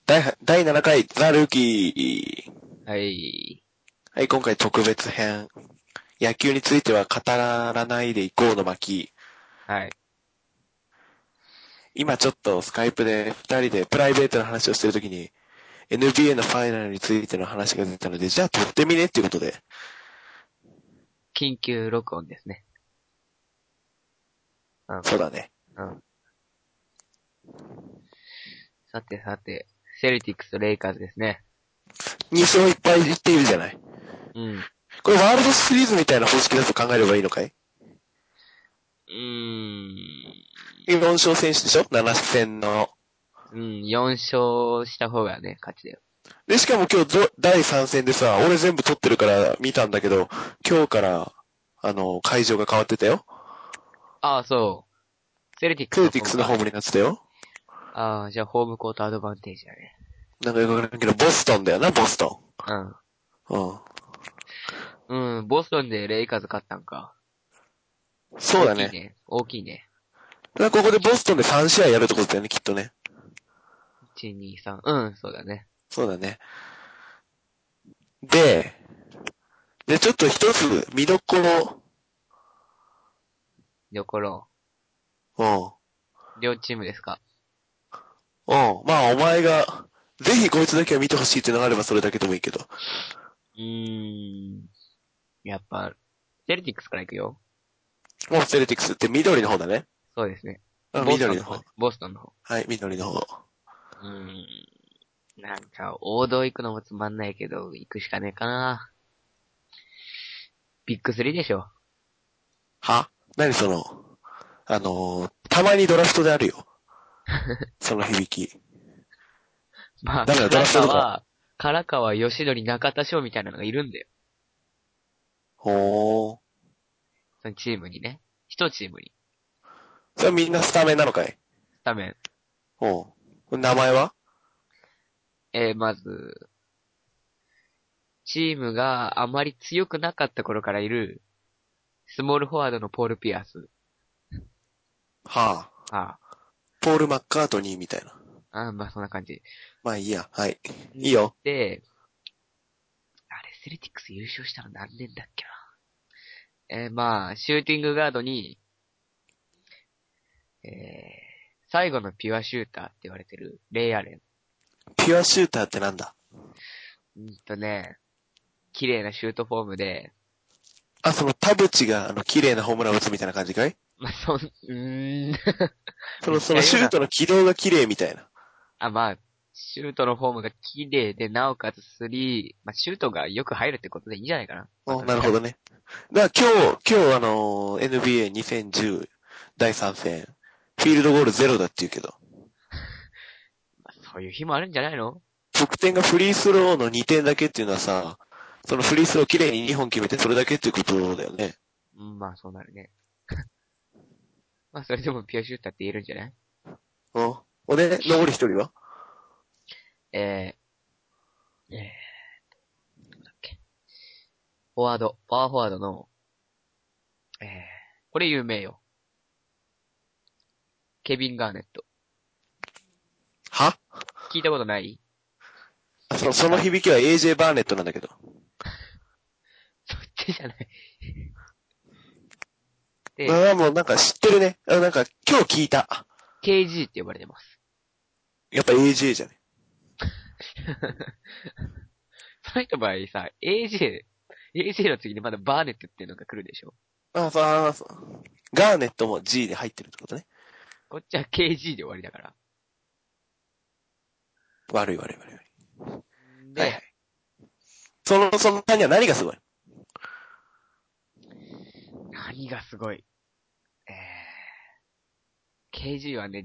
第7回ザ・ルーキー。 はい。 はい、今回特別編。野球については語らないでいこうの巻。 はい。 今ちょっとスカイプで二人でプライベートな話をしてるときに NBA のファイナルについての話が出たので、じゃあ撮ってみねっていうことで。 緊急録音ですね。うん。 そうだね。 うん。さてさて、セルティックスとレイカーズですね。 2勝いっぱい言っているじゃない。 うん。 これワールドシリーズみたいな方式だと考えればいいのかい？ 4 勝選手でしょ？ 7 戦の。 うん、4勝した方がね、勝ちだよ。 で、しかも今日第3戦でさ、俺全部撮ってるから見たんだけど、今日から、会場が変わってたよ。 ああ、そう。セルティックスセルティッのホームか。 クスのホームになってたよ。 ああ、じゃあホームコートアドバンテージだね。 なんかよくわからんけど、ボストンだよな、ボストうん。 ン。うん。 うん、ボストンでレイカーズ勝ったんか。 そうだね。 大きいね。大きいね。 だからここでボストンで3試合やるってことだよね、きっとね。 1、2、3。うん、そうだね。 そうだね。で、ちょっと一つ見どころ、 ところ、 うん。 両チームですか？ うん。まあ、お前が、ぜひこいつだけは見てほしいっていうのがあればそれだけでもいいけど。 やっぱ、セルティックスから行くよ。 もうセルティックスって緑の方だね。 そうですね。 うん、緑の方。 ボストンの方ね。ボストンの方。 はい、緑の方。 うーん。なんか、王道行くのもつまんないけど、行くしかねえかな。ビッグスリーでしょ。 は？何その、たまにドラフトであるよ。その響き。 まあ、 だからドラフトとか。 唐川、吉典、中田翔みたいなのがいるんだよ。 ほー。 そのチームにね。一チームに。 それはみんなスタメンなのかい？ スタメン。 ほう。名前は？ まず、チームがあまり強くなかった頃からいる、スモールフォワードのポール・ピアス。 はあ。 あポール・マッカートニーみたいな。 まあそんな感じ。 まあいいや。はい。いいよ。 で、あれ、セルティックス優勝したの何年だっけな。まあ、シューティングガードに、最後のピュアシューターって言われてる、レイアレン。 ピュアシューターってなんだ？ 綺麗なシュートフォームで、 あ、その田淵が綺麗なホームランを打つみたいな感じかい？ まあ、 その似たような、 シュートの軌道が綺麗みたいな。 まあ、シュートのフォームが綺麗で、なおかつスリー、まあ、シュートがよく入るってことでいいんじゃないかな。まあ、 お、 それだけだ。 なるほどね。だから今日NBA2010 第3戦、フィールドゴールゼロだって言うけど、 まあ、そういう日もあるんじゃないの？ 得点がフリースローの2点だけっていうのはさ、そのフリースロー綺麗に2本決めてそれだけっていうことだよね。 うん、まあ、そうなるね。まあ、それでもピュアシューターって言えるんじゃない？ うん。で、残り一人は？ えどうだっけ。フォワード、パワーフォワードの、えー、これ有名よ。ケビン・ガーネット。 は？ 聞いたことない？ その響きは AJ バーネットなんだけど。 そっちじゃない。で、 ああ、もうなんか知ってるね。なんか今日聞いた。 KG って呼ばれてます。 やっぱ AJ じゃね。 その人の場合さ、AJ の次にまだバーネットっていうのが来るでしょ。 そう。ガーネットも G で入ってるってことね。 こっちは KG で終わりだから。 悪い悪い悪い悪い。はいはで、 い。その他には何がすごい？ 何がすごい。KG はね、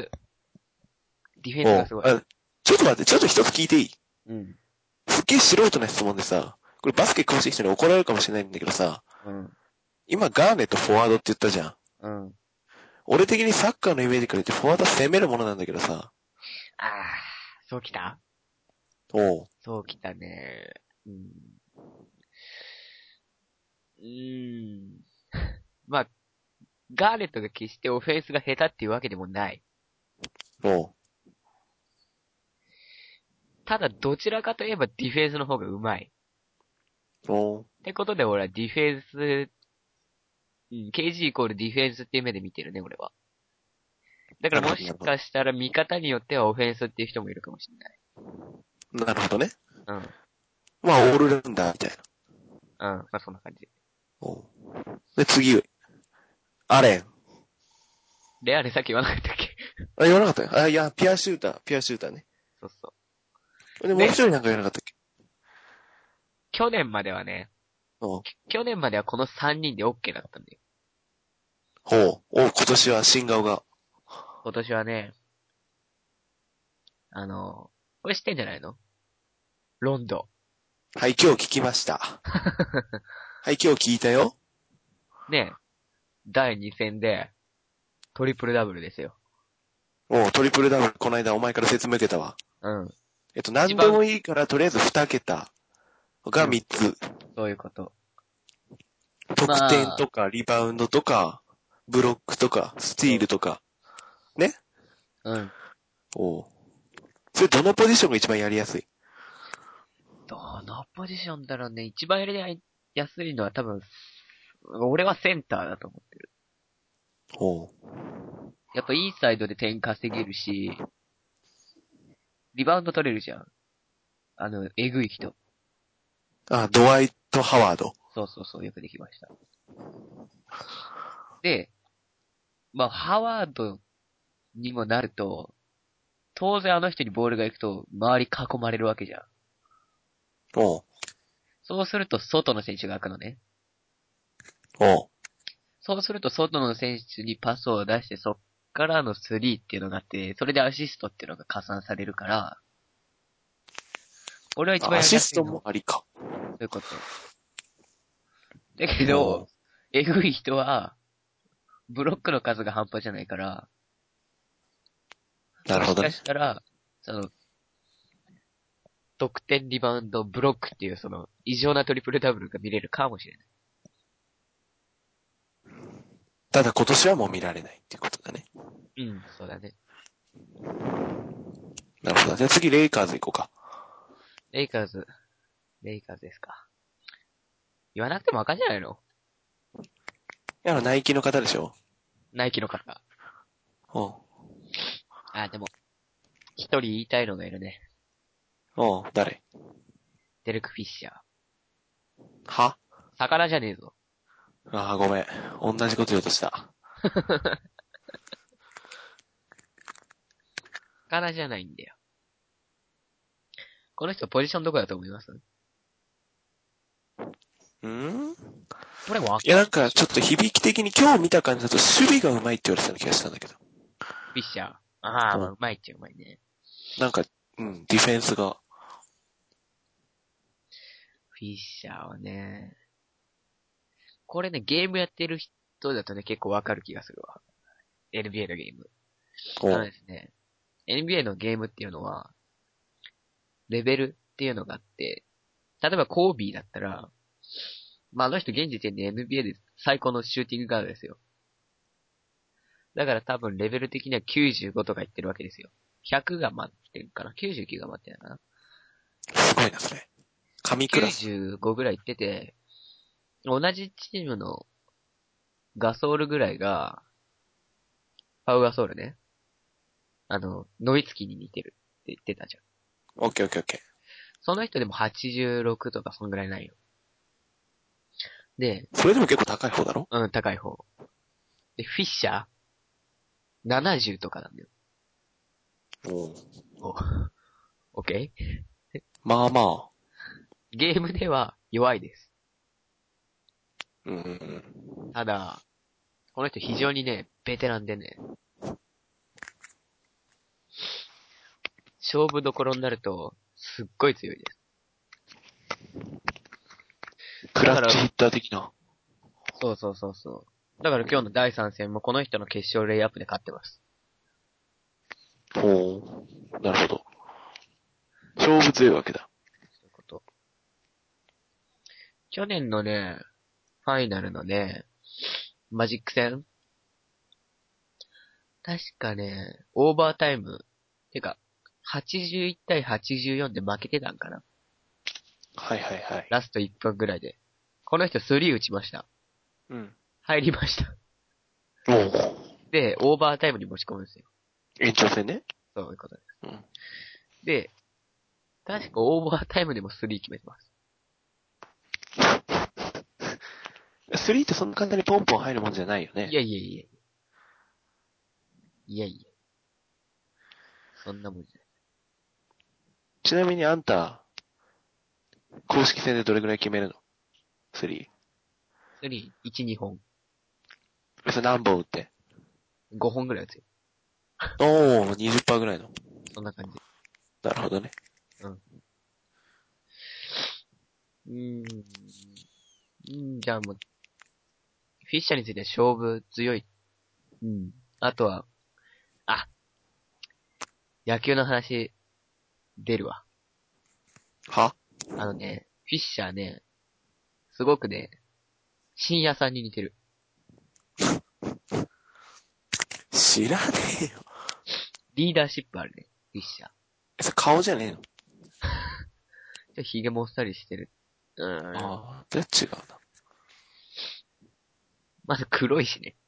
ディフェンスがすごい。 ちょっと待って、ちょっと一つ聞いていい？ うん。 すっげえ素人な質問でさ、これバスケ詳しい人に怒られるかもしれないんだけどさ、 うん。 今ガーネットフォワードって言ったじゃん。 うん。 俺的にサッカーのイメージから言ってフォワードは攻めるものなんだけどさ、 あー、そうきた？ おう。 そうきたね。うん。うーん。まあ、ガーネットが決してオフェンスが下手っていうわけでもない。 おう。 ただどちらかといえばディフェンスの方が上手い。 おー。 ってことで俺はディフェンス、KG イコールディフェンスっていう目で見てるね、俺は。だからもしかしたら見方によってはオフェンスっていう人もいるかもしれない。 なるほどね。 うん。 まあ、オールラウンダーみたいな。 うん。まあそんな感じ。 おー。で、次、アレン。 で、あれさっき言わなかったっけ？ あ、言わなかったよ。あ、いや、ピアシューターね。 そうそで、 う。で、 もう一人なんか言わなかったっけ？ 去年まではね、 おう。 去年まではこの3人で OK だったんだよ。 ほう。お、今年は新顔が。 今年はね、これ知ってんじゃないの？ロンド。 はい、今日聞きました。はい、今日聞いたよ。 ね、第2戦でトリプルダブルですよ。 おう、トリプルダブル、この間お前から説明受けたわ。 うん。 何でもいいから、とりあえず2桁が3つ。 そういうこと。 得点とか、リバウンドとか、ブロックとか、スティールとか。ね。 うん。 おう。それどのポジションが一番やりやすい？ どのポジションだろうね。一番やりやすいのは多分、俺はセンターだと思ってる。 おう。 やっぱいいサイドで点稼げるし、リバウンド取れるじゃん。えぐい人。 あ、ドワイト・ハワード。 そうそうそう、よくできました。で、まあ、ハワードにもなると、当然あの人にボールが行くと、周り囲まれるわけじゃん。 おう。 そうすると、外の選手が開くのね。 おう。 そうすると、外の選手にパスを出して、そっからのスリーっていうのがあって、それでアシストっていうのが加算されるから、俺は一番アやりシストもやすいの。 ありか。 そういうこと。だけおう。 ど、えぐい人は、ブロックの数が半端じゃないから、もしかなるほどね。 したら、その、得点、リバウンド、ブロックっていうその、異常なトリプルダブルが見れるかもしれない。 ただ今年はもう見られないっていうことだね。 うん、そうだね。 なるほど。じゃあ次、レイカーズ行こうか。 レイカーズ、レイカーズですか。言わなくてもわかんじゃないの？ ナイキの方でしょ？ ナイキの方。 うん。 あ、でも、一人言いたいのがいるね。 うん、誰？ デルク・フィッシャー。 は？ 魚じゃねえぞ。 ああ、ごめん。同じこと言おうとした。 魚じゃないんだよ。この人ポジションどこだと思います？ ん？ これわいや、 かんないでしょ。 なんかちょっと響き的に今日見た感じだと守備が上手いって言われてたような気がしたんだけど。 フィッシャー。ああ、まあ、 うん。 うまいっちゃうまいね。 なんか、うん、ディフェンスが。 フィッシャーはね、これね、ゲームやってる人だとね、結構わかる気がするわ。NBA のゲーム。 おう。 ですね、NBA のゲームっていうのは、レベルっていうのがあって、例えばコービーだったら、まあ、あの人現時点で NBA で最高のシューティングガードですよ。だから多分レベル的には95とか言ってるわけですよ。100が待ってるかな？ 99 が待ってるかな？ すごいな、それ。神クラス。 95 ぐらい言ってて、同じチームのガソールぐらいが、パウガソールね。ノイツキに似てるって言ってたじゃん。 オッケーオッケーオッケその人でも86とかそんぐらいないよ。で、 ー。それでも結構高い方だろ？ うん、高い方。で、フィッシャー ?70 とかなんだよ。 おう。 お、オッケー。 まあまあ。 ゲームでは弱いです。 うんうんただ、この人非常にね、ベテランでね、勝負どころになると、すっごい強いです。 クだから、 ラッチヒッター的な。 そうそうそうそう。だから今日の第3戦もこの人の決勝レイアップで勝ってます。 ほう。なるほど。勝負強いわけだ。 そういうこと。去年のね、ファイナルのね、マジック戦確かね、オーバータイム、てか、 81対84で負けてたんかな。 はいはいはい。 ラスト1分ぐらいで。この人3打ちました。 うん。 入りました。 おお。 で、オーバータイムに持ち込むんですよ。 延長戦ね。 そういうことです。 うん。 で、確かオーバータイムでも3決めてます。 3ってそんな簡単にポンポン入るもんじゃないよね。 いやいやいや。いやいや。そんなもんじゃない。 ちなみにあんた、公式戦でどれくらい決めるの？ 3。 3、1、2本。 それ何本打って？ 5本ぐらい打つよ。 おー、20%ぐらいの。 そんな感じ。 なるほどね。 うん。じゃあもう、フィッシャーについては勝負強い。うん。あとは、あ、野球の話、出るわ。 は？ あのね、フィッシャーね、すごくね、深夜さんに似てる。 知らねえよ。 リーダーシップあるね、フィッシャー。 それ顔じゃねえの？ 髭もっさりしてる。 ああ、じゃあ違うな。 まず黒いしね。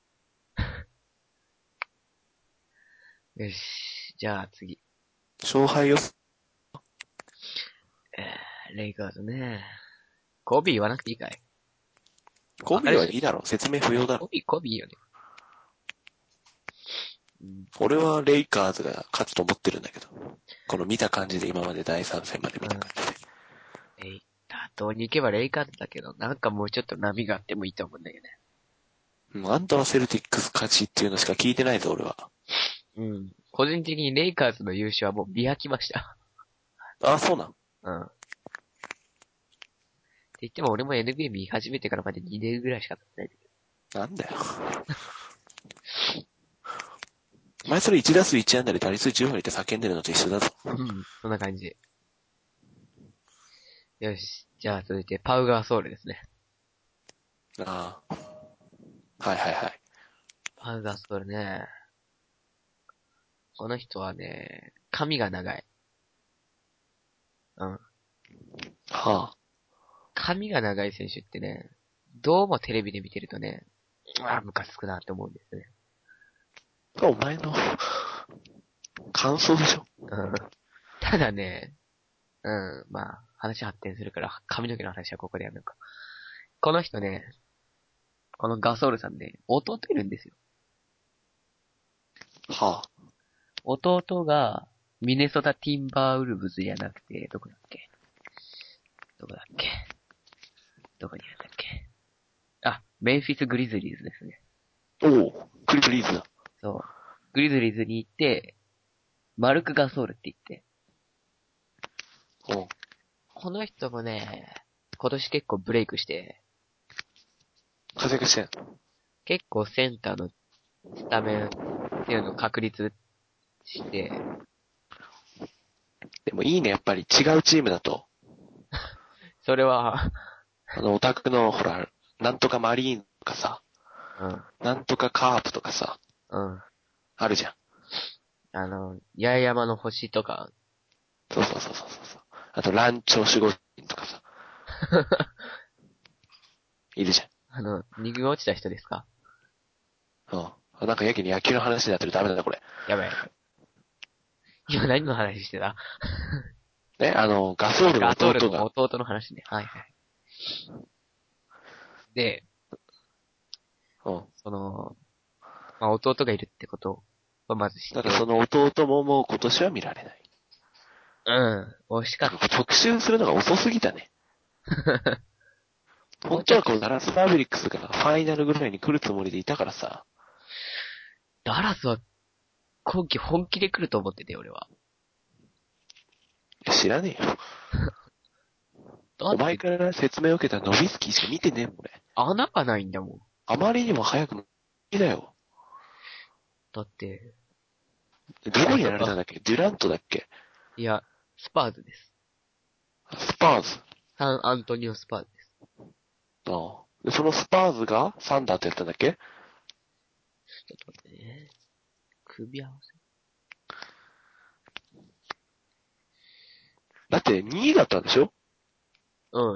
よし。じゃあ次。 勝敗予想。 レイカーズね。コビー言わなくていいかい？ コビーはいいだろ。説明不要だろ。 コビーいいよね。うん。 俺はレイカーズが勝つと思ってるんだけど。この見た感じで今まで第3戦まで見た感じで。 妥当に行けばレイカーズだけど、なんかもうちょっと波があってもいいと思うんだよね。 あんたはセルティックス勝ちっていうのしか聞いてないぞ、俺は。 うん。個人的にレイカーズの優勝はもう見飽きました。 ああ、そうなん。 うん。って言っても俺も NBA 見始めてからまで2年ぐらいしか経ってないんだけなんだよ。前それ1打数1安打で打率10割って叫んでるのと一緒だぞ。 ど。うん。そんな感じ。よし。じゃあ続いてパウガーソウルですね。 ああ。はいはいはい。 パウガーソウルね。この人はね、髪が長い。うん。 は髪が長い選手ってね、どうもテレビで見てるとね、ムカつくなって思うんですね。 あ。お前の感想でしょ。 うん。ただね、まあ、話発展するから、髪の毛の話はここでやめようか。この人ね、このガソールさんね、弟いるんですよ。 は弟が、ミネソタティンバーウルブズじゃなくて、どこだっけどこだっけどこにいるんだっけ？あ、メンフィスグリズリーズですね。 あ。おお、クリプリーズだ。 そう。グリズリーズに行って、マルク・ガソールって言って。 おう。 この人もね、今年結構ブレイクして、 活躍してん。 結構センターのスタメンっていうのを確立して、 でもいいね、やっぱり違うチームだと。 それは、 オタクの、ほら、なんとかマリーンとかさ、 うん、 なんとかカープとかさ、 うん。 あるじゃん。 八重山の星とか、 そうそうそうそうそう。あと、ランチョ守護神とかさ、いるじ二軍落ちた人ですか？ ゃん。うん。なんかやけに野球の話になってるとダメだ、これ。 やばい。今何の話してた？ ガソールのガトール弟が、 の弟の話ね。はいはい。で、 うん。 その、まあ、弟がいるってことをまず知っておく。 ただその弟ももう今年は見られない。 うん。惜しかっなんか特集するのが遅すぎたね。 た。もうちょっと、 本当はこう、ダラスマーベリックスがファイナルぐらいに来るつもりでいたからさ。 ダラスは今季本気で来ると思ってて、俺は。 知らねえよ。 だって、 お前から説明を受けたノビスキーしか見てねえもん、俺。 穴がないんだもん。 あまりにも早くも、だよ。 だって、 どこにやられたんだっけ？デュラントだっけ？ いや、スパーズです。 スパーズ。 サンアントニオスパーズです。 ああ。で、そのスパーズがサンダーってやったんだっけ？ ちょっと待ってね。組み合わせ。 だって2位だったんでしょ？ うん、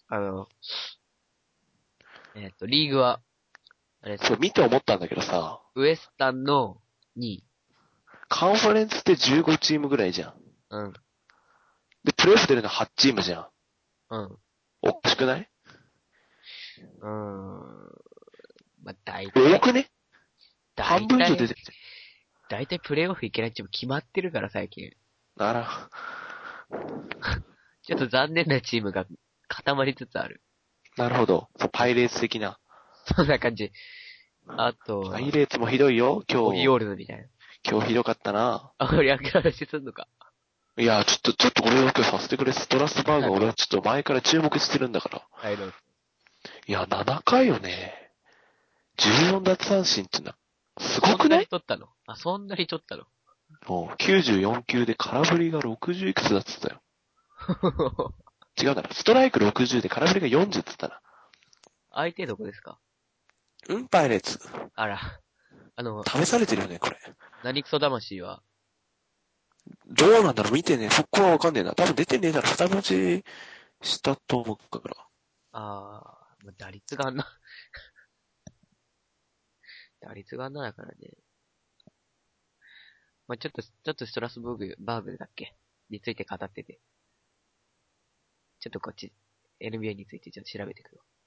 リーグは、あれですそう、見て思ったんだけどさ、 ウエスタンの2位。 カンファレンスって15チームぐらいじゃん。 うん、 で、プレイオフ出るの8チームじゃん。 うん。 おかしくない？ まあ、大体、 多くね？半分以上出てるじ大体プレイオフいけないチーム決まってるから最近。 ゃん。あら、 ちょっと残念なチームが固まりつつある。 なるほど。そう、パイレーツ的な。 そんな感じ。あとパは、 イレーツもひどいよ、 オリオー今日。 ルズみたいな。 今日ひどかったな。 あ、これ役話すんのか。 いや、ちょっとこれを今日させてくれ。ストラスバーグは俺はあの、 ちょっと前から注目してるんだから。 はい、どうぞ。 いや、7回よね。14奪三振ってな。すごそんなくない？ に取ったの？あ、そんなに取ったの？ もう94球で空振りが60いくつだっつったよ。違うな。ストライク60で空振りが40っつったな。 相手どこですか？ パイレーツ。 あら。 試されてるよね、これ。 何クソ魂は、 どうなんだろう見てね。そこはわかんねえな。多分出てねえだろ。二文字したと思うから。 まあ打率があんな、打率があんなだからね。まあちょっとストラスバーグだっけについて語ってて。ちょっとこっち、NBA についてちょっと調べてくるわ。